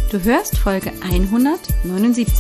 Du hörst Folge 179.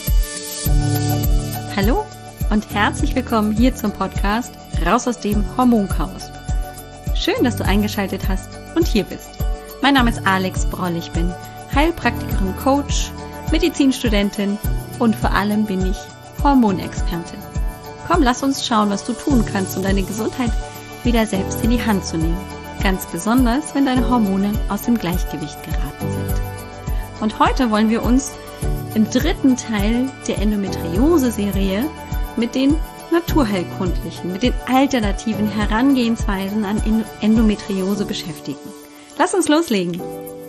Hallo und herzlich willkommen hier zum Podcast Raus aus dem Hormonchaos. Schön, dass du eingeschaltet hast und hier bist. Mein Name ist Alex Broll, ich bin Heilpraktikerin, Coach, Medizinstudentin und vor allem bin ich Hormonexpertin. Komm, lass uns schauen, was du tun kannst, um deine Gesundheit wieder selbst in die Hand zu nehmen. Ganz besonders, wenn deine Hormone aus dem Gleichgewicht geraten sind. Und heute wollen wir uns im dritten Teil der Endometriose-Serie mit den naturheilkundlichen, mit den alternativen Herangehensweisen an Endometriose beschäftigen. Lass uns loslegen.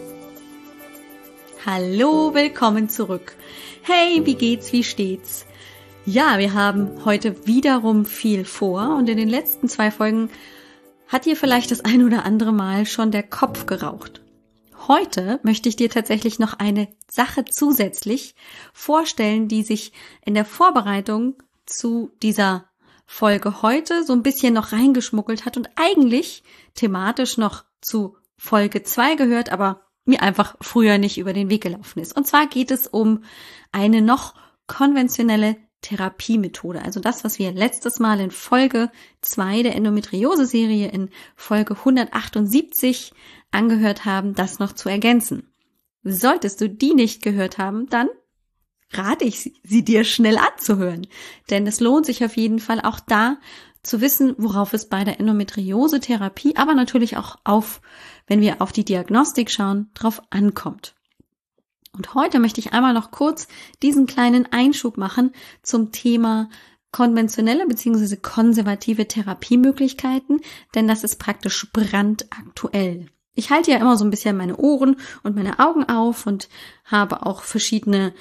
Hallo, willkommen zurück. Hey, wie geht's, wie steht's? Ja, wir haben heute wiederum viel vor und in den letzten 2 Folgen hat dir vielleicht das ein oder andere Mal schon der Kopf geraucht. Heute möchte ich dir tatsächlich noch eine Sache zusätzlich vorstellen, die sich in der Vorbereitung zu dieser Folge heute so ein bisschen noch reingeschmuggelt hat und eigentlich thematisch noch zu Folge 2 gehört, aber mir einfach früher nicht über den Weg gelaufen ist. Und zwar geht es um eine noch konventionelle Therapiemethode. Also das, was wir letztes Mal in Folge 2 der Endometriose-Serie in Folge 178 angehört haben, das noch zu ergänzen. Solltest du die nicht gehört haben, dann rate ich sie dir schnell anzuhören. Denn es lohnt sich auf jeden Fall auch da zu wissen, worauf es bei der Endometriose-Therapie, aber natürlich auch wenn wir auf die Diagnostik schauen, drauf ankommt. Und heute möchte ich einmal noch kurz diesen kleinen Einschub machen zum Thema konventionelle bzw. konservative Therapiemöglichkeiten, denn das ist praktisch brandaktuell. Ich halte ja immer so ein bisschen meine Ohren und meine Augen auf und habe auch verschiedene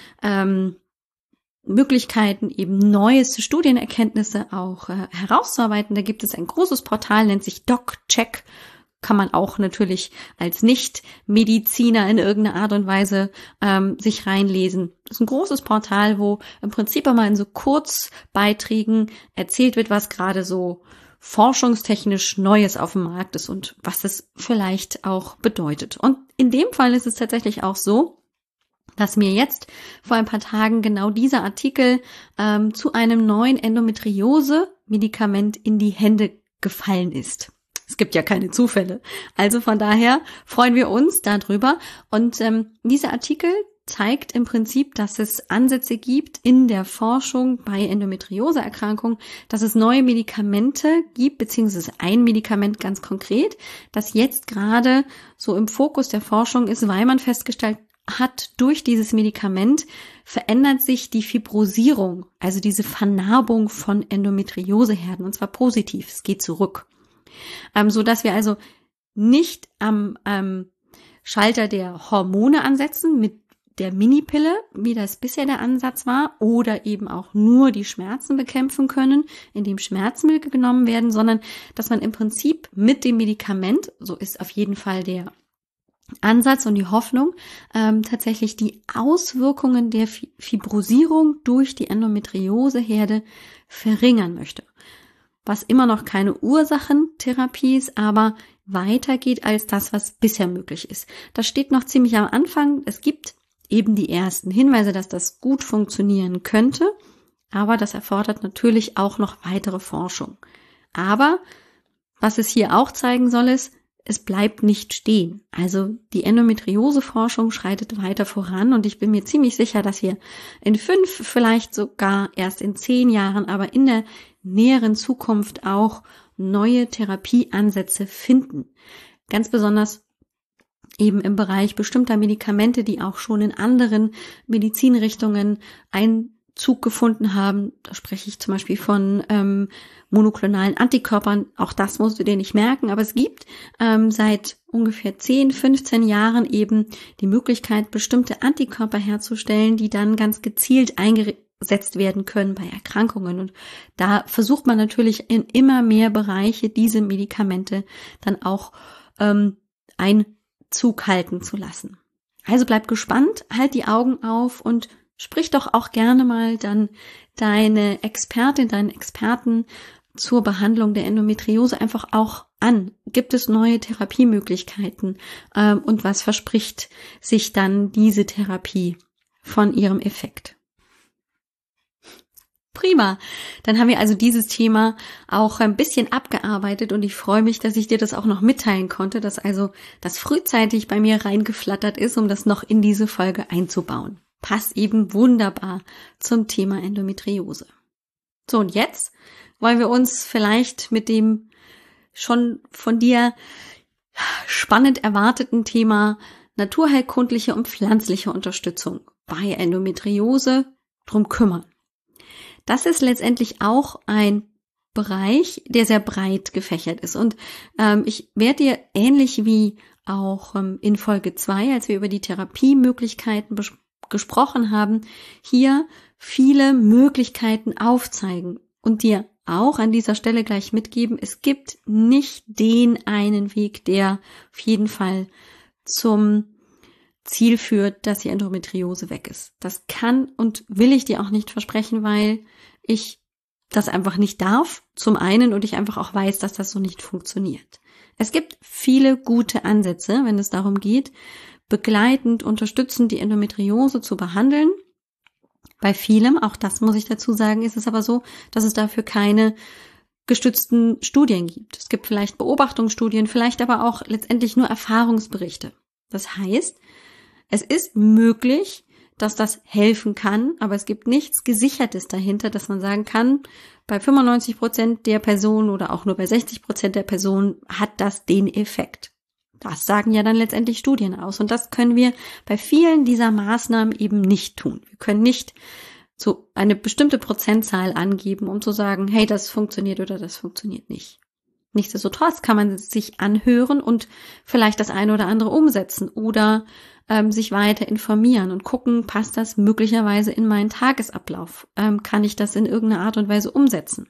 Möglichkeiten, eben neueste Studienerkenntnisse auch herauszuarbeiten. Da gibt es ein großes Portal, nennt sich DocCheck. Kann man auch natürlich als Nicht-Mediziner in irgendeiner Art und Weise sich reinlesen. Das ist ein großes Portal, wo im Prinzip immer in so Kurzbeiträgen erzählt wird, was gerade so forschungstechnisch Neues auf dem Markt ist und was es vielleicht auch bedeutet. Und in dem Fall ist es tatsächlich auch so, dass mir jetzt vor ein paar Tagen genau dieser Artikel zu einem neuen Endometriose-Medikament in die Hände gefallen ist. Es gibt ja keine Zufälle. Also von daher freuen wir uns darüber. Und dieser Artikel zeigt im Prinzip, dass es Ansätze gibt in der Forschung bei Endometriose-Erkrankungen, dass es neue Medikamente gibt, beziehungsweise ein Medikament ganz konkret, das jetzt gerade so im Fokus der Forschung ist, weil man festgestellt hat, durch dieses Medikament verändert sich die Fibrosierung, also diese Vernarbung von Endometrioseherden, und zwar positiv. Es geht zurück. So dass wir also nicht am Schalter der Hormone ansetzen mit der Minipille, wie das bisher der Ansatz war, oder eben auch nur die Schmerzen bekämpfen können, indem Schmerzmittel genommen werden, sondern dass man im Prinzip mit dem Medikament, so ist auf jeden Fall der Ansatz und die Hoffnung, tatsächlich die Auswirkungen der Fibrosierung durch die Endometrioseherde verringern möchte. Was immer noch keine Ursachentherapie ist, aber weitergeht als das, was bisher möglich ist. Das steht noch ziemlich am Anfang. Es gibt eben die ersten Hinweise, dass das gut funktionieren könnte, aber das erfordert natürlich auch noch weitere Forschung. Aber was es hier auch zeigen soll, ist, es bleibt nicht stehen. Also die Endometriose-Forschung schreitet weiter voran und ich bin mir ziemlich sicher, dass wir in 5, vielleicht sogar erst in 10 Jahren, aber in der näheren Zukunft auch neue Therapieansätze finden. Ganz besonders eben im Bereich bestimmter Medikamente, die auch schon in anderen Medizinrichtungen Einzug gefunden haben. Da spreche ich zum Beispiel von monoklonalen Antikörpern. Auch das musst du dir nicht merken, aber es gibt seit ungefähr 10, 15 Jahren eben die Möglichkeit, bestimmte Antikörper herzustellen, die dann ganz gezielt eingesetzt werden können bei Erkrankungen. Und da versucht man natürlich in immer mehr Bereiche diese Medikamente dann auch Einzug halten zu lassen. Also bleib gespannt, halt die Augen auf und sprich doch auch gerne mal dann deine Expertin, deinen Experten zur Behandlung der Endometriose einfach auch an? Gibt es neue Therapiemöglichkeiten? Und was verspricht sich dann diese Therapie von ihrem Effekt? Prima. Dann haben wir also dieses Thema auch ein bisschen abgearbeitet und ich freue mich, dass ich dir das auch noch mitteilen konnte, dass also das frühzeitig bei mir reingeflattert ist, um das noch in diese Folge einzubauen. Passt eben wunderbar zum Thema Endometriose. So, und jetzt wollen wir uns vielleicht mit dem schon von dir spannend erwarteten Thema naturheilkundliche und pflanzliche Unterstützung bei Endometriose drum kümmern. Das ist letztendlich auch ein Bereich, der sehr breit gefächert ist. Und ich werde dir ähnlich wie auch in Folge 2, als wir über die Therapiemöglichkeiten gesprochen haben, hier viele Möglichkeiten aufzeigen und dir auch an dieser Stelle gleich mitgeben, es gibt nicht den einen Weg, der auf jeden Fall zum Ziel führt, dass die Endometriose weg ist. Das kann und will ich dir auch nicht versprechen, weil ich das einfach nicht darf, zum einen, und ich einfach auch weiß, dass das so nicht funktioniert. Es gibt viele gute Ansätze, wenn es darum geht, begleitend, unterstützend die Endometriose zu behandeln. Bei vielem, auch das muss ich dazu sagen, ist es aber so, dass es dafür keine gestützten Studien gibt. Es gibt vielleicht Beobachtungsstudien, vielleicht aber auch letztendlich nur Erfahrungsberichte. Das heißt, es ist möglich, dass das helfen kann, aber es gibt nichts Gesichertes dahinter, dass man sagen kann, bei 95% der Personen oder auch nur bei 60% der Personen hat das den Effekt. Das sagen ja dann letztendlich Studien aus und das können wir bei vielen dieser Maßnahmen eben nicht tun. Wir können nicht so eine bestimmte Prozentzahl angeben, um zu sagen, hey, das funktioniert oder das funktioniert nicht. Nichtsdestotrotz kann man sich anhören und vielleicht das eine oder andere umsetzen oder sich weiter informieren und gucken, passt das möglicherweise in meinen Tagesablauf? Kann ich das in irgendeiner Art und Weise umsetzen?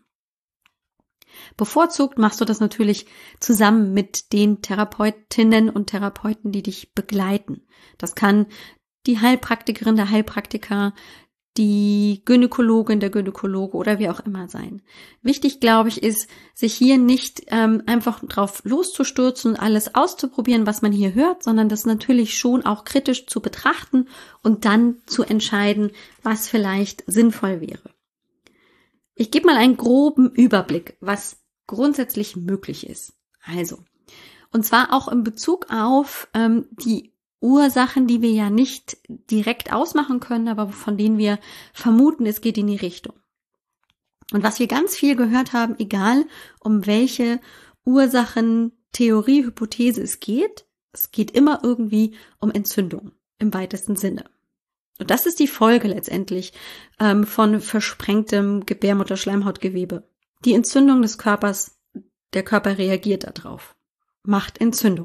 Bevorzugt machst du das natürlich zusammen mit den Therapeutinnen und Therapeuten, die dich begleiten. Das kann die Heilpraktikerin, der Heilpraktiker, die Gynäkologin, der Gynäkologe oder wie auch immer sein. Wichtig, glaube ich, ist, sich hier nicht einfach drauf loszustürzen und alles auszuprobieren, was man hier hört, sondern das natürlich schon auch kritisch zu betrachten und dann zu entscheiden, was vielleicht sinnvoll wäre. Ich gebe mal einen groben Überblick, was grundsätzlich möglich ist. Also, und zwar auch in Bezug auf die Ursachen, die wir ja nicht direkt ausmachen können, aber von denen wir vermuten, es geht in die Richtung. Und was wir ganz viel gehört haben, egal um welche Ursachen, Theorie, Hypothese es geht immer irgendwie um Entzündung im weitesten Sinne. Und das ist die Folge letztendlich von versprengtem Gebärmutterschleimhautgewebe. Die Entzündung des Körpers, der Körper reagiert darauf, macht Entzündung.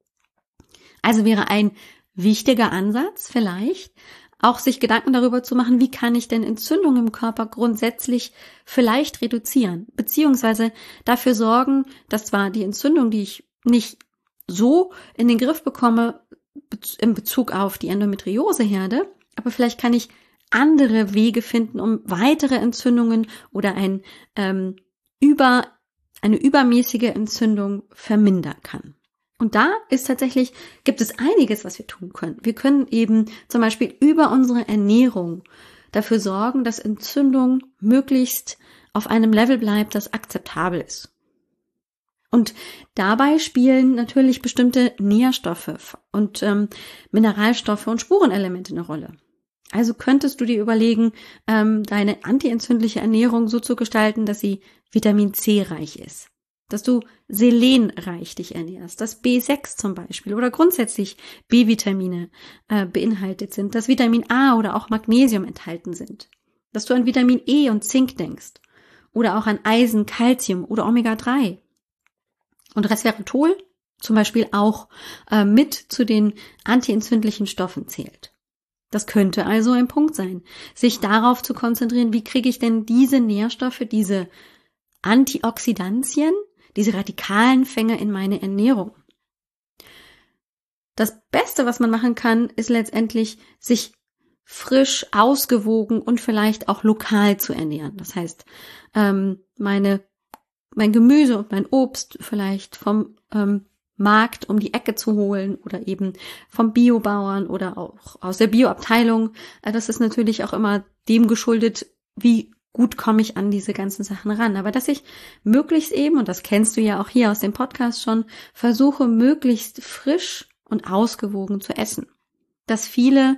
Also wäre ein wichtiger Ansatz vielleicht, auch sich Gedanken darüber zu machen, wie kann ich denn Entzündung im Körper grundsätzlich vielleicht reduzieren, beziehungsweise dafür sorgen, dass zwar die Entzündung, die ich nicht so in den Griff bekomme, in Bezug auf die Endometrioseherde, aber vielleicht kann ich andere Wege finden, um weitere Entzündungen oder eine übermäßige Entzündung vermindern kann. Und da gibt es einiges, was wir tun können. Wir können eben zum Beispiel über unsere Ernährung dafür sorgen, dass Entzündung möglichst auf einem Level bleibt, das akzeptabel ist. Und dabei spielen natürlich bestimmte Nährstoffe und Mineralstoffe und Spurenelemente eine Rolle. Also könntest du dir überlegen, deine antientzündliche Ernährung so zu gestalten, dass sie Vitamin C reich ist. Dass du selenreich dich ernährst, dass B6 zum Beispiel oder grundsätzlich B-Vitamine beinhaltet sind, dass Vitamin A oder auch Magnesium enthalten sind, dass du an Vitamin E und Zink denkst oder auch an Eisen, Calcium oder Omega-3 und Resveratrol zum Beispiel auch mit zu den antientzündlichen Stoffen zählt. Das könnte also ein Punkt sein, sich darauf zu konzentrieren, wie kriege ich denn diese Nährstoffe, diese Antioxidantien, diese radikalen Fänge in meine Ernährung. Das Beste, was man machen kann, ist letztendlich, sich frisch, ausgewogen und vielleicht auch lokal zu ernähren. Das heißt, meine mein Gemüse und mein Obst vielleicht vom Markt um die Ecke zu holen oder eben vom Biobauern oder auch aus der Bioabteilung. Das ist natürlich auch immer dem geschuldet, wie gut komme ich an diese ganzen Sachen ran. Aber dass ich möglichst eben, und das kennst du ja auch hier aus dem Podcast schon, versuche möglichst frisch und ausgewogen zu essen. Dass viele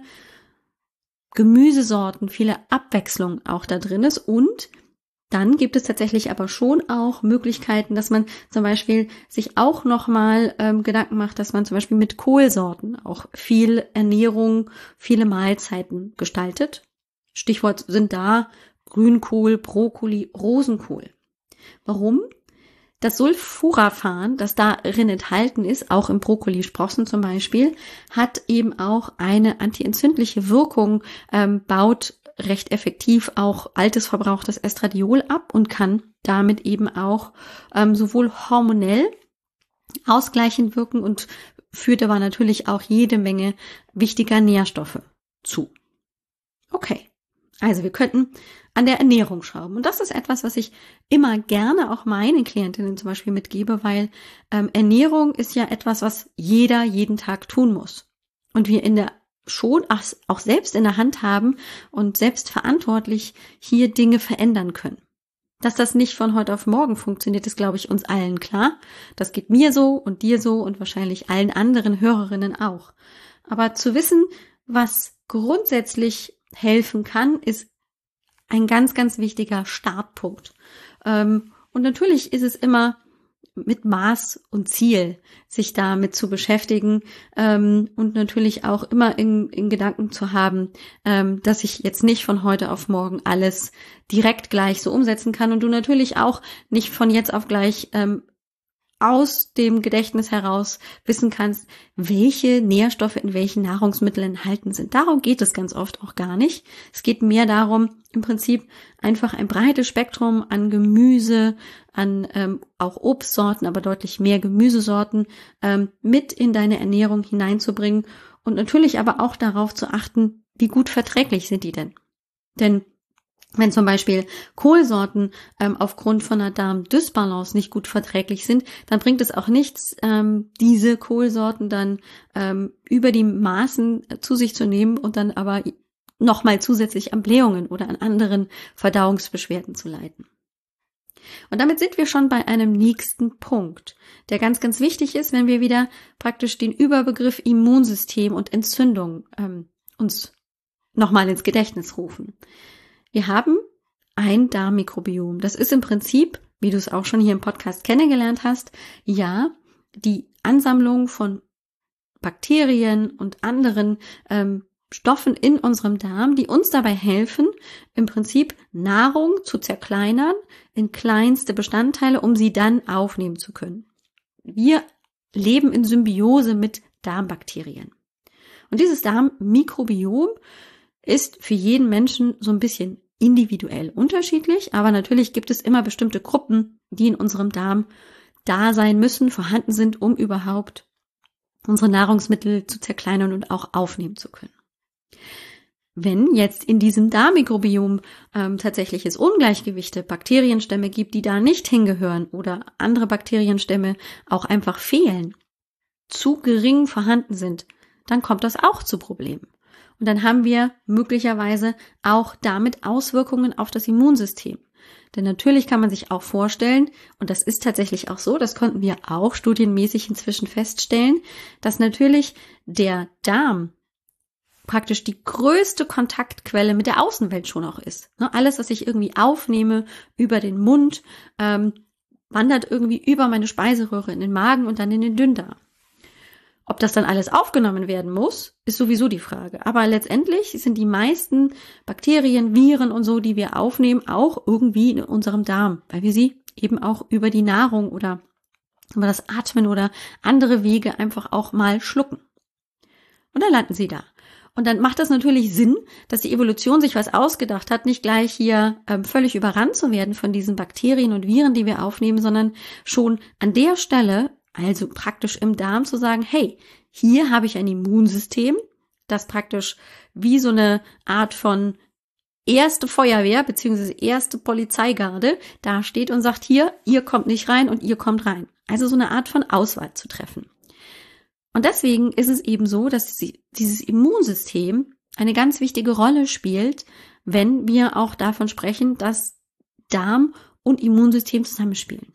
Gemüsesorten, viele Abwechslung auch da drin ist und dann gibt es tatsächlich aber schon auch Möglichkeiten, dass man zum Beispiel sich auch nochmal Gedanken macht, dass man zum Beispiel mit Kohlsorten auch viel Ernährung, viele Mahlzeiten gestaltet. Stichwort sind da Grünkohl, Brokkoli, Rosenkohl. Warum? Das Sulforaphan, das darin enthalten ist, auch im Brokkolisprossen zum Beispiel, hat eben auch eine antientzündliche Wirkung, baut recht effektiv auch altes verbrauchtes Estradiol ab und kann damit eben auch sowohl hormonell ausgleichend wirken und führt aber natürlich auch jede Menge wichtiger Nährstoffe zu. Okay, also wir könnten an der Ernährung schrauben. Und das ist etwas, was ich immer gerne auch meinen Klientinnen zum Beispiel mitgebe, weil Ernährung ist ja etwas, was jeder jeden Tag tun muss. Und wir schon auch selbst in der Hand haben und selbst verantwortlich hier Dinge verändern können. Dass das nicht von heute auf morgen funktioniert, ist, glaube ich, uns allen klar. Das geht mir so und dir so und wahrscheinlich allen anderen Hörerinnen auch. Aber zu wissen, was grundsätzlich helfen kann, ist ein ganz, ganz wichtiger Startpunkt. Und natürlich ist es immer mit Maß und Ziel, sich damit zu beschäftigen und natürlich auch immer in Gedanken zu haben, dass ich jetzt nicht von heute auf morgen alles direkt gleich so umsetzen kann und du natürlich auch nicht von jetzt auf gleich aus dem Gedächtnis heraus wissen kannst, welche Nährstoffe in welchen Nahrungsmitteln enthalten sind. Darum geht es ganz oft auch gar nicht. Es geht mehr darum, im Prinzip einfach ein breites Spektrum an Gemüse, an auch Obstsorten, aber deutlich mehr Gemüsesorten mit in deine Ernährung hineinzubringen und natürlich aber auch darauf zu achten, wie gut verträglich sind die denn. Denn wenn zum Beispiel Kohlsorten aufgrund von einer Darmdysbalance nicht gut verträglich sind, dann bringt es auch nichts, diese Kohlsorten dann über die Maßen zu sich zu nehmen und dann aber nochmal zusätzlich an Blähungen oder an anderen Verdauungsbeschwerden zu leiden. Und damit sind wir schon bei einem nächsten Punkt, der ganz, ganz wichtig ist, wenn wir wieder praktisch den Überbegriff Immunsystem und Entzündung uns nochmal ins Gedächtnis rufen. Wir haben ein Darmmikrobiom. Das ist im Prinzip, wie du es auch schon hier im Podcast kennengelernt hast, ja, die Ansammlung von Bakterien und anderen Stoffen in unserem Darm, die uns dabei helfen, im Prinzip Nahrung zu zerkleinern in kleinste Bestandteile, um sie dann aufnehmen zu können. Wir leben in Symbiose mit Darmbakterien. Und dieses Darmmikrobiom ist für jeden Menschen so ein bisschen individuell unterschiedlich, aber natürlich gibt es immer bestimmte Gruppen, die in unserem Darm da sein müssen, vorhanden sind, um überhaupt unsere Nahrungsmittel zu zerkleinern und auch aufnehmen zu können. Wenn jetzt in diesem Darmmikrobiom tatsächlich es Ungleichgewichte, Bakterienstämme gibt, die da nicht hingehören oder andere Bakterienstämme auch einfach fehlen, zu gering vorhanden sind, dann kommt das auch zu Problemen. Und dann haben wir möglicherweise auch damit Auswirkungen auf das Immunsystem. Denn natürlich kann man sich auch vorstellen, und das ist tatsächlich auch so, das konnten wir auch studienmäßig inzwischen feststellen, dass natürlich der Darm praktisch die größte Kontaktquelle mit der Außenwelt schon auch ist. Alles, was ich irgendwie aufnehme über den Mund, wandert irgendwie über meine Speiseröhre in den Magen und dann in den Dünndarm. Ob das dann alles aufgenommen werden muss, ist sowieso die Frage. Aber letztendlich sind die meisten Bakterien, Viren und so, die wir aufnehmen, auch irgendwie in unserem Darm, weil wir sie eben auch über die Nahrung oder über das Atmen oder andere Wege einfach auch mal schlucken. Und dann landen sie da. Und dann macht das natürlich Sinn, dass die Evolution sich was ausgedacht hat, nicht gleich hier völlig überrannt zu werden von diesen Bakterien und Viren, die wir aufnehmen, sondern schon an der Stelle, also praktisch im Darm, zu sagen, hey, hier habe ich ein Immunsystem, das praktisch wie so eine Art von erste Feuerwehr bzw. erste Polizeigarde dasteht und sagt, hier, ihr kommt nicht rein und ihr kommt rein. Also so eine Art von Auswahl zu treffen. Und deswegen ist es eben so, dass dieses Immunsystem eine ganz wichtige Rolle spielt, wenn wir auch davon sprechen, dass Darm und Immunsystem zusammenspielen.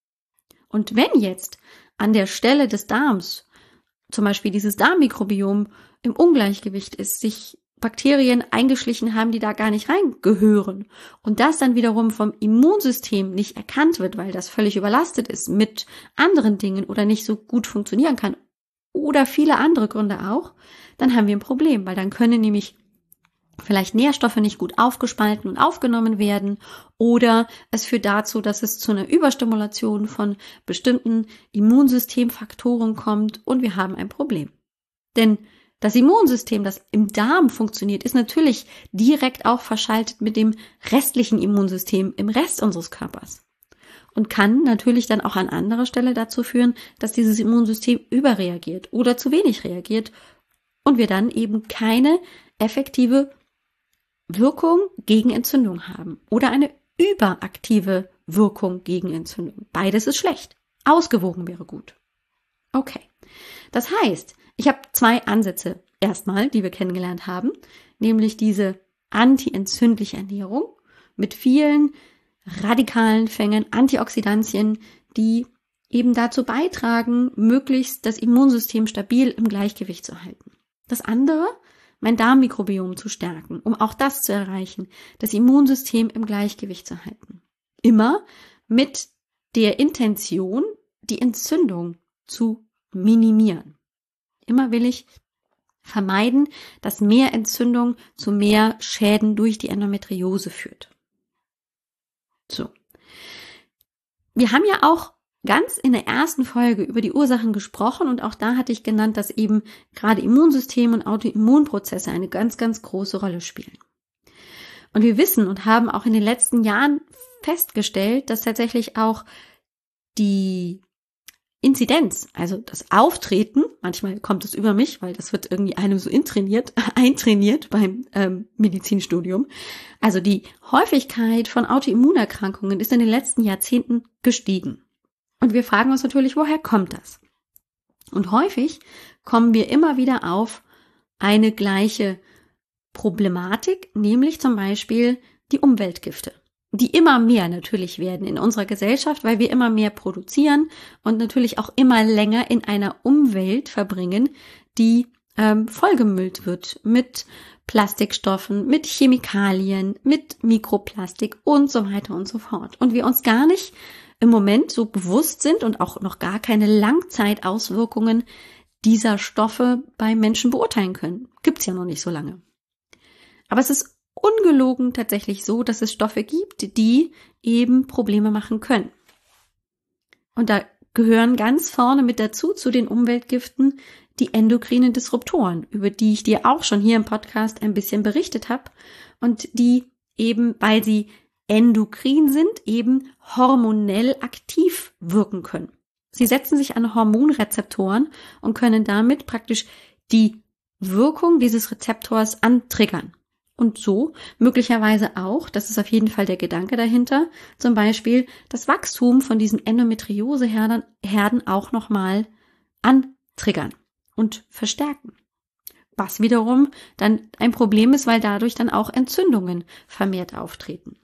Und wenn jetzt an der Stelle des Darms zum Beispiel dieses Darmmikrobiom im Ungleichgewicht ist, sich Bakterien eingeschlichen haben, die da gar nicht reingehören und das dann wiederum vom Immunsystem nicht erkannt wird, weil das völlig überlastet ist mit anderen Dingen oder nicht so gut funktionieren kann oder viele andere Gründe auch, dann haben wir ein Problem, weil dann können nämlich vielleicht Nährstoffe nicht gut aufgespalten und aufgenommen werden oder es führt dazu, dass es zu einer Überstimulation von bestimmten Immunsystemfaktoren kommt und wir haben ein Problem. Denn das Immunsystem, das im Darm funktioniert, ist natürlich direkt auch verschaltet mit dem restlichen Immunsystem im Rest unseres Körpers und kann natürlich dann auch an anderer Stelle dazu führen, dass dieses Immunsystem überreagiert oder zu wenig reagiert und wir dann eben keine effektive Wirkung gegen Entzündung haben oder eine überaktive Wirkung gegen Entzündung. Beides ist schlecht. Ausgewogen wäre gut. Okay. Das heißt, ich habe 2 Ansätze erstmal, die wir kennengelernt haben, nämlich diese antientzündliche Ernährung mit vielen radikalen Fängen, Antioxidantien, die eben dazu beitragen, möglichst das Immunsystem stabil im Gleichgewicht zu halten. Das andere, mein Darmmikrobiom zu stärken, um auch das zu erreichen, das Immunsystem im Gleichgewicht zu halten. Immer mit der Intention, die Entzündung zu minimieren. Immer will ich vermeiden, dass mehr Entzündung zu mehr Schäden durch die Endometriose führt. So. Wir haben ja auch ganz in der ersten Folge über die Ursachen gesprochen und auch da hatte ich genannt, dass eben gerade Immunsystem und Autoimmunprozesse eine ganz, ganz große Rolle spielen. Und wir wissen und haben auch in den letzten Jahren festgestellt, dass tatsächlich auch die Inzidenz, also das Auftreten, manchmal kommt es über mich, weil das wird irgendwie einem so eintrainiert beim Medizinstudium. Also die Häufigkeit von Autoimmunerkrankungen ist in den letzten Jahrzehnten gestiegen. Und wir fragen uns natürlich, woher kommt das? Und häufig kommen wir immer wieder auf eine gleiche Problematik, nämlich zum Beispiel die Umweltgifte, die immer mehr natürlich werden in unserer Gesellschaft, weil wir immer mehr produzieren und natürlich auch immer länger in einer Umwelt verbringen, die vollgemüllt wird mit Plastikstoffen, mit Chemikalien, mit Mikroplastik und so weiter und so fort. Und wir uns gar nicht im Moment so bewusst sind und auch noch gar keine Langzeitauswirkungen dieser Stoffe bei Menschen beurteilen können. Gibt's ja noch nicht so lange. Aber es ist ungelogen tatsächlich so, dass es Stoffe gibt, die eben Probleme machen können. Und da gehören ganz vorne mit dazu zu den Umweltgiften die endokrinen Disruptoren, über die ich dir auch schon hier im Podcast ein bisschen berichtet habe und die eben, weil sie endokrin sind, eben hormonell aktiv wirken können. Sie setzen sich an Hormonrezeptoren und können damit praktisch die Wirkung dieses Rezeptors antriggern. Und so möglicherweise auch, das ist auf jeden Fall der Gedanke dahinter, zum Beispiel das Wachstum von diesen Endometrioseherden auch nochmal antriggern und verstärken. Was wiederum dann ein Problem ist, weil dadurch dann auch Entzündungen vermehrt auftreten.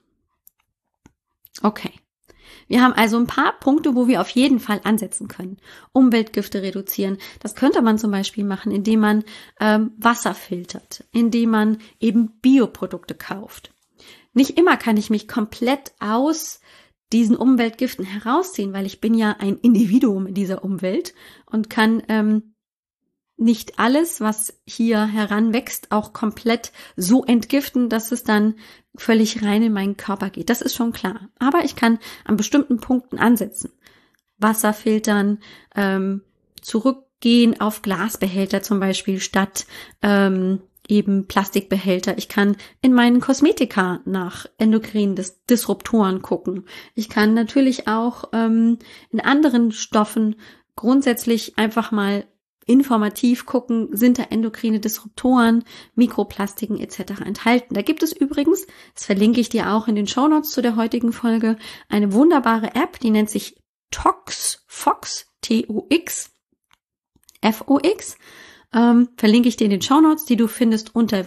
Okay. Wir haben also ein paar Punkte, wo wir auf jeden Fall ansetzen können. Umweltgifte reduzieren. Das könnte man zum Beispiel machen, indem man Wasser filtert, indem man eben Bioprodukte kauft. Nicht immer kann ich mich komplett aus diesen Umweltgiften herausziehen, weil ich bin ja ein Individuum in dieser Umwelt und kann nicht alles, was hier heranwächst, auch komplett so entgiften, dass es dann völlig rein in meinen Körper geht. Das ist schon klar. Aber ich kann an bestimmten Punkten ansetzen. Wasser filtern, zurückgehen auf Glasbehälter zum Beispiel statt eben Plastikbehälter. Ich kann in meinen Kosmetika nach endokrinen Disruptoren gucken. Ich kann natürlich auch in anderen Stoffen grundsätzlich einfach mal informativ gucken, sind da endokrine Disruptoren, Mikroplastiken etc. enthalten. Da gibt es übrigens, das verlinke ich dir auch in den Shownotes zu der heutigen Folge, eine wunderbare App, die nennt sich Fox, T-O-X, F-O-X. Verlinke ich dir in den Shownotes, die du findest unter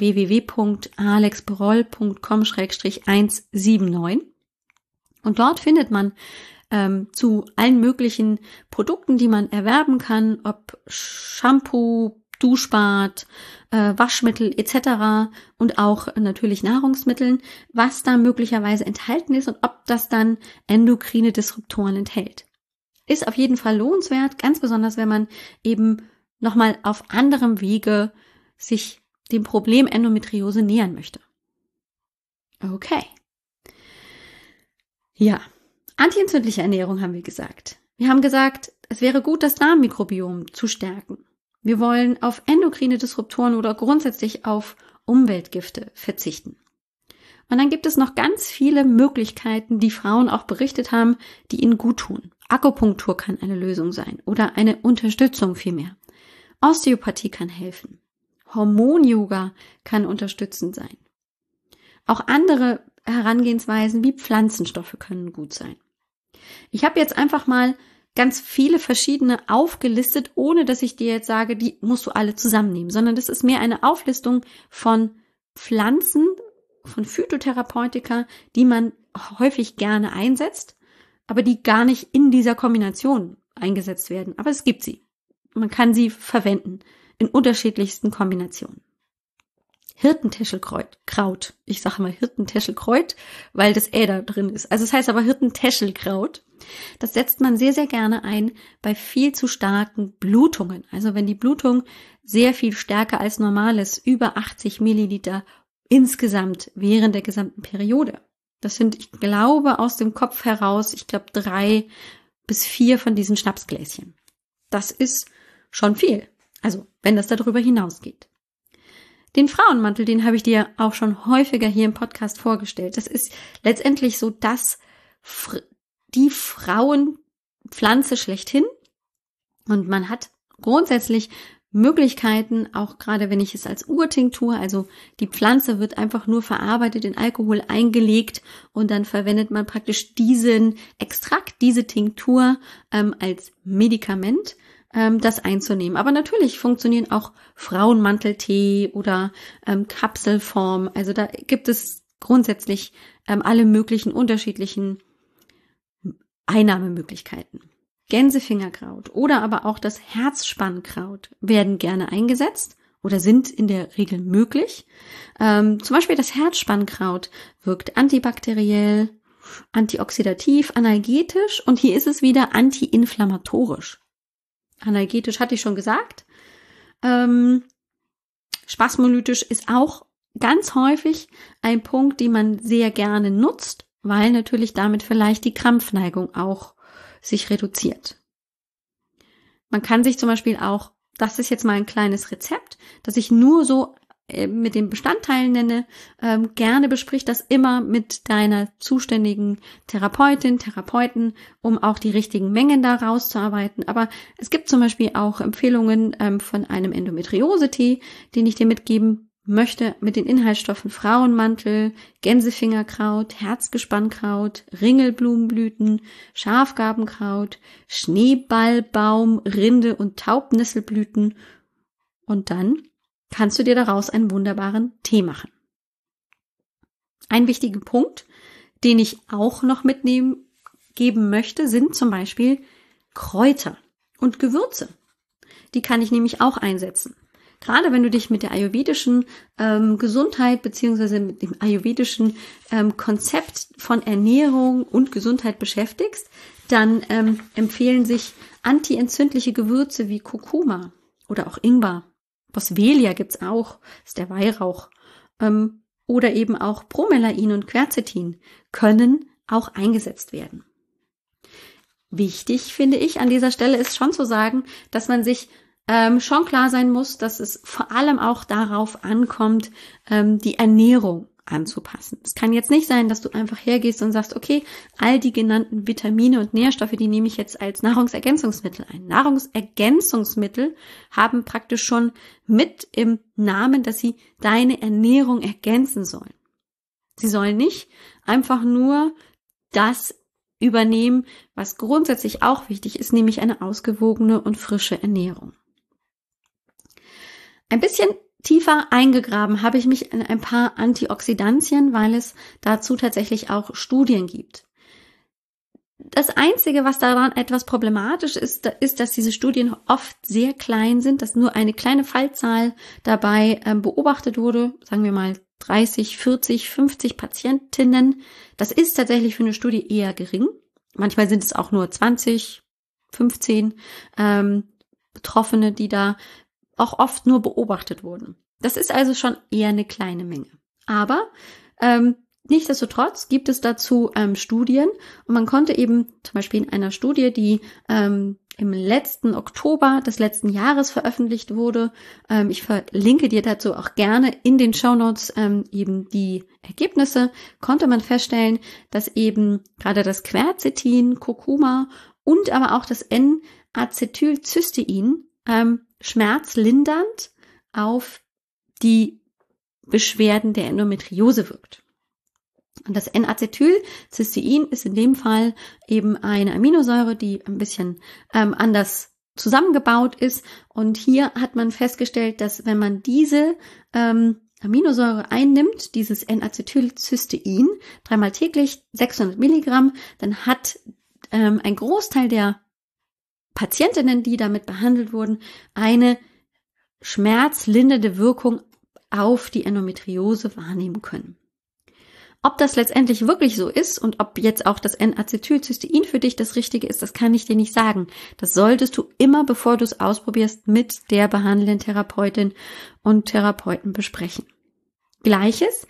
www.alexberoll.com/179. Und dort findet man zu allen möglichen Produkten, die man erwerben kann, ob Shampoo, Duschbad, Waschmittel etc. und auch natürlich Nahrungsmitteln, was da möglicherweise enthalten ist und ob das dann endokrine Disruptoren enthält. Ist auf jeden Fall lohnenswert, ganz besonders wenn man eben nochmal auf anderem Wege sich dem Problem Endometriose nähern möchte. Okay. Ja. Antientzündliche Ernährung haben wir gesagt. Wir haben gesagt, es wäre gut, das Darmmikrobiom zu stärken. Wir wollen auf endokrine Disruptoren oder grundsätzlich auf Umweltgifte verzichten. Und dann gibt es noch ganz viele Möglichkeiten, die Frauen auch berichtet haben, die ihnen gut tun. Akupunktur kann eine Lösung sein oder eine Unterstützung vielmehr. Osteopathie kann helfen. Hormon-Yoga kann unterstützend sein. Auch andere Herangehensweisen wie Pflanzenstoffe können gut sein. Ich habe jetzt einfach mal ganz viele verschiedene aufgelistet, ohne dass ich dir jetzt sage, die musst du alle zusammennehmen, sondern das ist mehr eine Auflistung von Pflanzen, von Phytotherapeutika, die man häufig gerne einsetzt, aber die gar nicht in dieser Kombination eingesetzt werden. Aber es gibt sie. Man kann sie verwenden in unterschiedlichsten Kombinationen. Hirtentäschelkraut. Ich sage mal Hirtentäschelkraut, weil das da drin ist. Also es heißt aber Hirtentäschelkraut. Das setzt man sehr, sehr gerne ein bei viel zu starken Blutungen. Also wenn die Blutung sehr viel stärker als normal ist, über 80 Milliliter insgesamt während der gesamten Periode. Das sind, ich glaube, aus dem Kopf heraus, 3 bis 4 von diesen Schnapsgläschen. Das ist schon viel. Also wenn das darüber hinausgeht. Den Frauenmantel, den habe ich dir auch schon häufiger hier im Podcast vorgestellt. Das ist letztendlich so die Frauenpflanze schlechthin. Und man hat grundsätzlich Möglichkeiten, auch gerade wenn ich es als Urtinktur, also die Pflanze wird einfach nur verarbeitet, in Alkohol eingelegt und dann verwendet man praktisch diesen Extrakt, diese Tinktur als Medikament, das einzunehmen. Aber natürlich funktionieren auch Frauenmanteltee oder Kapselform. Also da gibt es grundsätzlich alle möglichen unterschiedlichen Einnahmemöglichkeiten. Gänsefingerkraut oder aber auch das Herzspannkraut werden gerne eingesetzt oder sind in der Regel möglich. Zum Beispiel das Herzspannkraut wirkt antibakteriell, antioxidativ, analgetisch und hier ist es wieder antiinflammatorisch. Analgetisch hatte ich schon gesagt. Spasmolytisch ist auch ganz häufig ein Punkt, den man sehr gerne nutzt, weil natürlich damit vielleicht die Krampfneigung auch sich reduziert. Man kann sich zum Beispiel auch, das ist jetzt mal ein kleines Rezept, das ich nur so mit den Bestandteilen nenne, gerne besprich das immer mit deiner zuständigen Therapeuten, um auch die richtigen Mengen da rauszuarbeiten. Aber es gibt zum Beispiel auch Empfehlungen von einem Endometriose-Tee, den ich dir mitgeben möchte, mit den Inhaltsstoffen Frauenmantel, Gänsefingerkraut, Herzgespannkraut, Ringelblumenblüten, Schafgarbenkraut, Schneeballbaum, Rinde und Taubnisselblüten. Und dann kannst du dir daraus einen wunderbaren Tee machen. Ein wichtiger Punkt, den ich auch noch geben möchte, sind zum Beispiel Kräuter und Gewürze. Die kann ich nämlich auch einsetzen. Gerade wenn du dich mit der ayurvedischen Gesundheit beziehungsweise mit dem ayurvedischen Konzept von Ernährung und Gesundheit beschäftigst, dann empfehlen sich antientzündliche Gewürze wie Kurkuma oder auch Ingwer. Boswellia gibt's auch, ist der Weihrauch. Oder eben auch Bromelain und Quercetin können auch eingesetzt werden. Wichtig, finde ich, an dieser Stelle ist schon zu sagen, dass man sich schon klar sein muss, dass es vor allem auch darauf ankommt, die Ernährung anzupassen. Es kann jetzt nicht sein, dass du einfach hergehst und sagst, okay, all die genannten Vitamine und Nährstoffe, die nehme ich jetzt als Nahrungsergänzungsmittel ein. Nahrungsergänzungsmittel haben praktisch schon mit im Namen, dass sie deine Ernährung ergänzen sollen. Sie sollen nicht einfach nur das übernehmen, was grundsätzlich auch wichtig ist, nämlich eine ausgewogene und frische Ernährung. Ein bisschen tiefer eingegraben habe ich mich in ein paar Antioxidantien, weil es dazu tatsächlich auch Studien gibt. Das Einzige, was daran etwas problematisch ist, dass diese Studien oft sehr klein sind, dass nur eine kleine Fallzahl dabei beobachtet wurde, sagen wir mal 30, 40, 50 Patientinnen. Das ist tatsächlich für eine Studie eher gering. Manchmal sind es auch nur 20, 15 Betroffene, die da auch oft nur beobachtet wurden. Das ist also schon eher eine kleine Menge. Aber nichtsdestotrotz gibt es dazu Studien und man konnte eben zum Beispiel in einer Studie, die im letzten Oktober des letzten Jahres veröffentlicht wurde, ich verlinke dir dazu auch gerne in den Shownotes eben die Ergebnisse, konnte man feststellen, dass eben gerade das Quercetin, Kurkuma und aber auch das N-Acetylcystein schmerzlindernd auf die Beschwerden der Endometriose wirkt. Und das N-Acetylcystein ist in dem Fall eben eine Aminosäure, die ein bisschen anders zusammengebaut ist. Und hier hat man festgestellt, dass wenn man diese Aminosäure einnimmt, dieses N-Acetylcystein, 3-mal täglich 600 Milligramm, dann hat ein Großteil der Patientinnen, die damit behandelt wurden, eine schmerzlindernde Wirkung auf die Endometriose wahrnehmen können. Ob das letztendlich wirklich so ist und ob jetzt auch das N-Acetylcystein für dich das Richtige ist, das kann ich dir nicht sagen. Das solltest du immer, bevor du es ausprobierst, mit der behandelnden Therapeutin und Therapeuten besprechen. Gleiches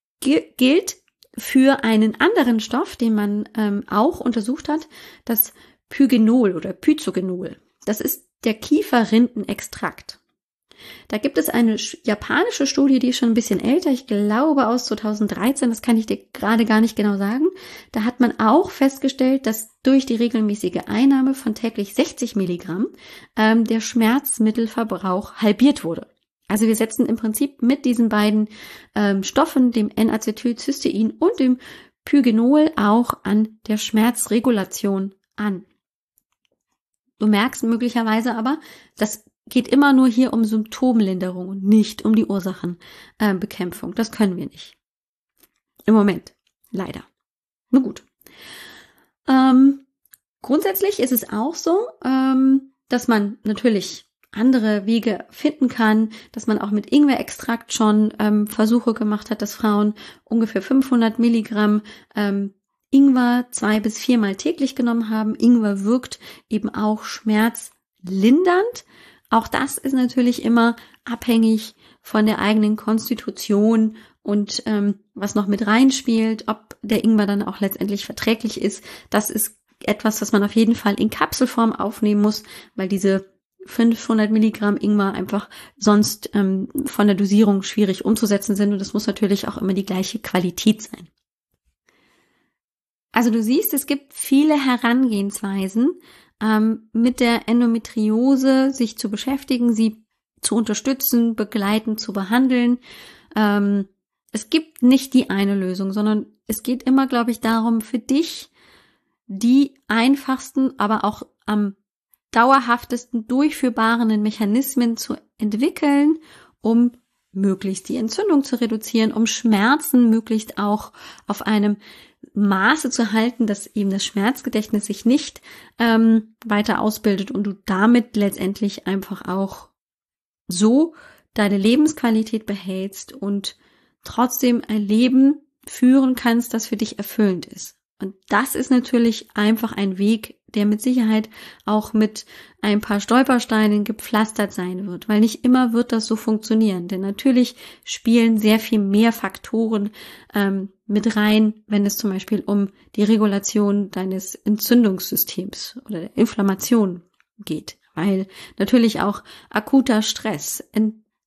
gilt für einen anderen Stoff, den man auch untersucht hat, das Pygenol oder Pyzogenol. Das ist der Kieferrindenextrakt. Da gibt es eine japanische Studie, die ist schon ein bisschen älter, ich glaube aus 2013, das kann ich dir gerade gar nicht genau sagen. Da hat man auch festgestellt, dass durch die regelmäßige Einnahme von täglich 60 Milligramm der Schmerzmittelverbrauch halbiert wurde. Also wir setzen im Prinzip mit diesen beiden Stoffen, dem N-Acetylcystein und dem Pygenol, auch an der Schmerzregulation an. Du merkst möglicherweise aber, das geht immer nur hier um Symptomlinderung und nicht um die Ursachenbekämpfung. Das können wir nicht. Im Moment. Leider. Nur gut. Grundsätzlich ist es auch so, dass man natürlich andere Wege finden kann, dass man auch mit Ingwerextrakt schon Versuche gemacht hat, dass Frauen ungefähr 500 Milligramm Ingwer 2- bis 4-mal täglich genommen haben. Ingwer wirkt eben auch schmerzlindernd. Auch das ist natürlich immer abhängig von der eigenen Konstitution und was noch mit reinspielt, ob der Ingwer dann auch letztendlich verträglich ist. Das ist etwas, was man auf jeden Fall in Kapselform aufnehmen muss, weil diese 500 Milligramm Ingwer einfach sonst von der Dosierung schwierig umzusetzen sind und es muss natürlich auch immer die gleiche Qualität sein. Also du siehst, es gibt viele Herangehensweisen, mit der Endometriose sich zu beschäftigen, sie zu unterstützen, begleiten, zu behandeln. Es gibt nicht die eine Lösung, sondern es geht immer, glaube ich, darum, für dich die einfachsten, aber auch am dauerhaftesten durchführbaren Mechanismen zu entwickeln, um möglichst die Entzündung zu reduzieren, um Schmerzen möglichst auch auf einem Maße zu halten, dass eben das Schmerzgedächtnis sich nicht weiter ausbildet und du damit letztendlich einfach auch so deine Lebensqualität behältst und trotzdem ein Leben führen kannst, das für dich erfüllend ist. Und das ist natürlich einfach ein Weg, der mit Sicherheit auch mit ein paar Stolpersteinen gepflastert sein wird, weil nicht immer wird das so funktionieren. Denn natürlich spielen sehr viel mehr Faktoren mit rein, wenn es zum Beispiel um die Regulation deines Entzündungssystems oder der Inflammation geht. Weil natürlich auch akuter Stress,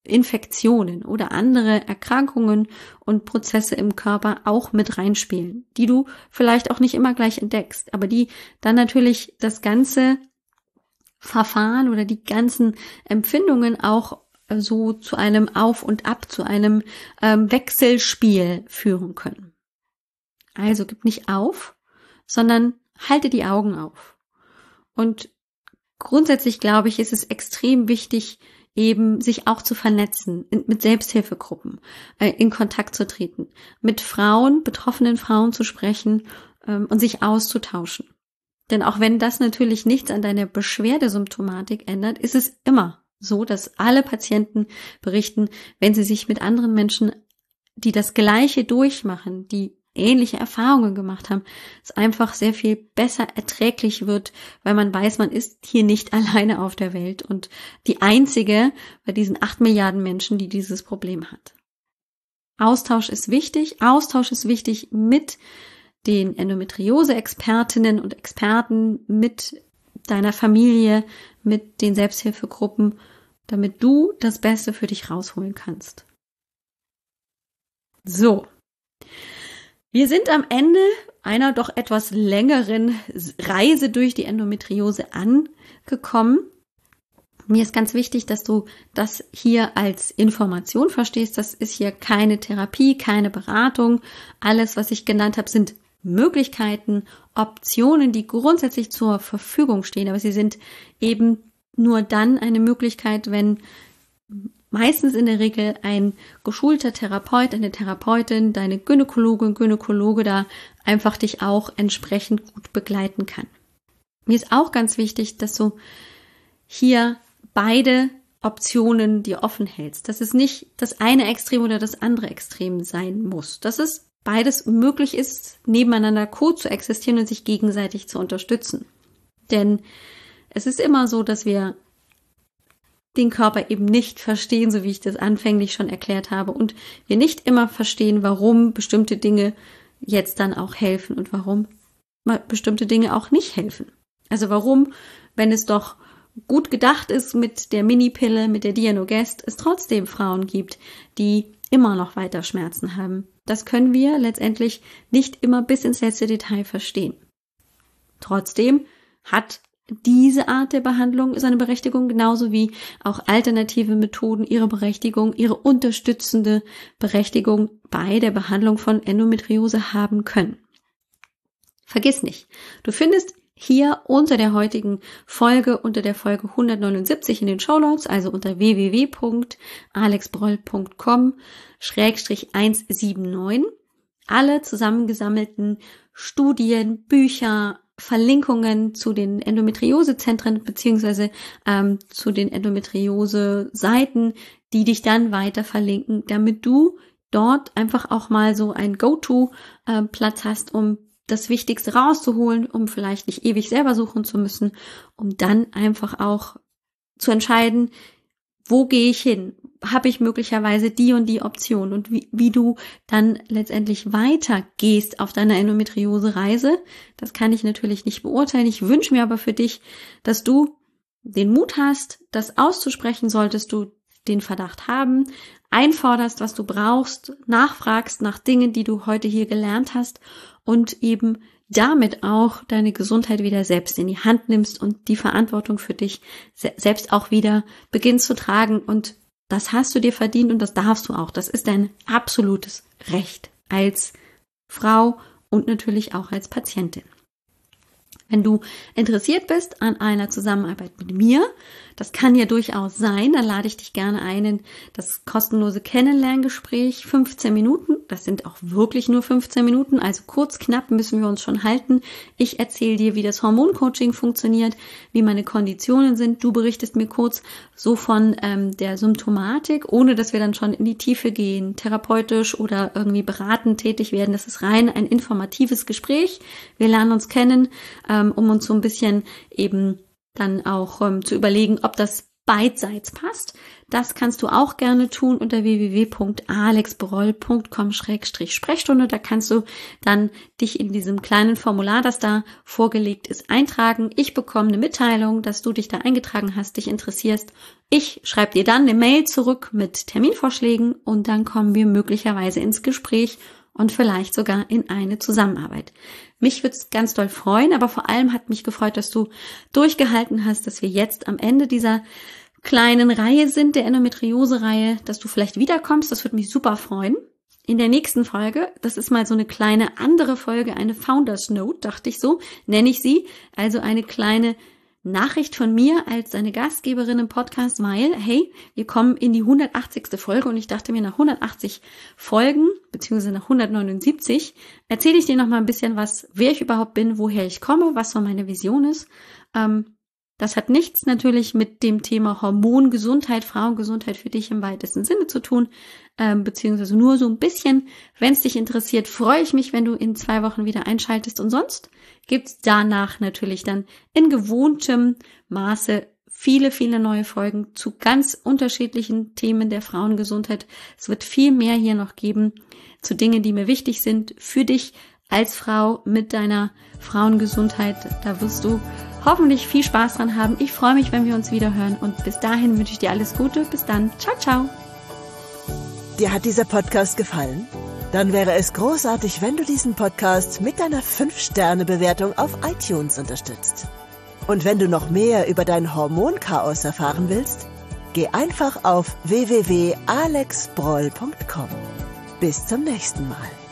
Infektionen oder andere Erkrankungen und Prozesse im Körper auch mit reinspielen, die du vielleicht auch nicht immer gleich entdeckst, aber die dann natürlich das ganze Verfahren oder die ganzen Empfindungen auch so zu einem Auf und Ab, zu einem Wechselspiel führen können. Also gib nicht auf, sondern halte die Augen auf. Und grundsätzlich glaube ich, ist es extrem wichtig, eben sich auch zu vernetzen, mit Selbsthilfegruppen in Kontakt zu treten, mit Frauen, betroffenen Frauen zu sprechen und sich auszutauschen. Denn auch wenn das natürlich nichts an deiner Beschwerdesymptomatik ändert, ist es immer so, dass alle Patienten berichten, wenn sie sich mit anderen Menschen, die das Gleiche durchmachen, die ähnliche Erfahrungen gemacht haben, es einfach sehr viel besser erträglich wird, weil man weiß, man ist hier nicht alleine auf der Welt und die einzige bei diesen 8 Milliarden Menschen, die dieses Problem hat. Austausch ist wichtig mit den Endometriose-Expertinnen und Experten, mit deiner Familie, mit den Selbsthilfegruppen, damit du das Beste für dich rausholen kannst. So. Wir sind am Ende einer doch etwas längeren Reise durch die Endometriose angekommen. Mir ist ganz wichtig, dass du das hier als Information verstehst. Das ist hier keine Therapie, keine Beratung. Alles, was ich genannt habe, sind Möglichkeiten, Optionen, die grundsätzlich zur Verfügung stehen. Aber sie sind eben nur dann eine Möglichkeit, wenn meistens in der Regel ein geschulter Therapeut, eine Therapeutin, deine Gynäkologin, Gynäkologe da einfach dich auch entsprechend gut begleiten kann. Mir ist auch ganz wichtig, dass du hier beide Optionen dir offen hältst. Dass es nicht das eine Extrem oder das andere Extrem sein muss. Dass es beides möglich ist, nebeneinander koexistieren und sich gegenseitig zu unterstützen. Denn es ist immer so, dass wir den Körper eben nicht verstehen, so wie ich das anfänglich schon erklärt habe, und wir nicht immer verstehen, warum bestimmte Dinge jetzt dann auch helfen und warum bestimmte Dinge auch nicht helfen. Also warum, wenn es doch gut gedacht ist mit der Minipille, mit der Dianogest, es trotzdem Frauen gibt, die immer noch weiter Schmerzen haben. Das können wir letztendlich nicht immer bis ins letzte Detail verstehen. Trotzdem hat diese Art der Behandlung seine Berechtigung, genauso wie auch alternative Methoden ihre Berechtigung, ihre unterstützende Berechtigung bei der Behandlung von Endometriose haben können. Vergiss nicht, du findest hier unter der heutigen Folge, unter der Folge 179 in den Shownotes, also unter www.alexbroll.com/179, alle zusammengesammelten Studien, Bücher, Verlinkungen zu den Endometriose-Zentren beziehungsweise zu den Endometriose-Seiten, die dich dann weiter verlinken, damit du dort einfach auch mal so einen Go-To-Platz hast, um das Wichtigste rauszuholen, um vielleicht nicht ewig selber suchen zu müssen, um dann einfach auch zu entscheiden, wo gehe ich hin? Habe ich möglicherweise die und die Option? Und wie du dann letztendlich weitergehst auf deiner Endometriose-Reise, das kann ich natürlich nicht beurteilen. Ich wünsche mir aber für dich, dass du den Mut hast, das auszusprechen, solltest du den Verdacht haben, einforderst, was du brauchst, nachfragst nach Dingen, die du heute hier gelernt hast und eben damit auch deine Gesundheit wieder selbst in die Hand nimmst und die Verantwortung für dich selbst auch wieder beginnst zu tragen. Und das hast du dir verdient und das darfst du auch. Das ist dein absolutes Recht als Frau und natürlich auch als Patientin. Wenn du interessiert bist an einer Zusammenarbeit mit mir, das kann ja durchaus sein, dann lade ich dich gerne ein in das kostenlose Kennenlerngespräch, 15 Minuten, das sind auch wirklich nur 15 Minuten, also kurz, knapp müssen wir uns schon halten. Ich erzähle dir, wie das Hormoncoaching funktioniert, wie meine Konditionen sind, du berichtest mir kurz so von der Symptomatik, ohne dass wir dann schon in die Tiefe gehen, therapeutisch oder irgendwie beratend tätig werden, das ist rein ein informatives Gespräch, wir lernen uns kennen, um uns so ein bisschen eben dann auch zu überlegen, ob das beidseits passt. Das kannst du auch gerne tun unter www.alexbroll.com/Sprechstunde. Da kannst du dann dich in diesem kleinen Formular, das da vorgelegt ist, eintragen. Ich bekomme eine Mitteilung, dass du dich da eingetragen hast, dich interessierst. Ich schreibe dir dann eine Mail zurück mit Terminvorschlägen und dann kommen wir möglicherweise ins Gespräch und vielleicht sogar in eine Zusammenarbeit. Mich würde es ganz doll freuen, aber vor allem hat mich gefreut, dass du durchgehalten hast, dass wir jetzt am Ende dieser kleinen Reihe sind, der Endometriose-Reihe, dass du vielleicht wiederkommst. Das würde mich super freuen. In der nächsten Folge, das ist mal so eine kleine andere Folge, eine Founders Note, dachte ich so, nenne ich sie. Also eine kleine Nachricht von mir als eine Gastgeberin im Podcast, weil, hey, wir kommen in die 180. Folge und ich dachte mir, nach 180 Folgen, beziehungsweise nach 179, erzähle ich dir noch mal ein bisschen was, wer ich überhaupt bin, woher ich komme, was so meine Vision ist. Das hat nichts natürlich mit dem Thema Hormongesundheit, Frauengesundheit für dich im weitesten Sinne zu tun, beziehungsweise nur so ein bisschen. Wenn es dich interessiert, freue ich mich, wenn du in 2 Wochen wieder einschaltest. Und sonst gibt's danach natürlich dann in gewohntem Maße viele, viele neue Folgen zu ganz unterschiedlichen Themen der Frauengesundheit. Es wird viel mehr hier noch geben zu Dingen, die mir wichtig sind für dich als Frau mit deiner Frauengesundheit. Da wirst du hoffentlich viel Spaß dran haben. Ich freue mich, wenn wir uns wieder hören und bis dahin wünsche ich dir alles Gute. Bis dann. Ciao, ciao. Dir hat dieser Podcast gefallen? Dann wäre es großartig, wenn du diesen Podcast mit deiner 5-Sterne-Bewertung auf iTunes unterstützt. Und wenn du noch mehr über dein Hormonchaos erfahren willst, geh einfach auf www.alexbroll.com. Bis zum nächsten Mal.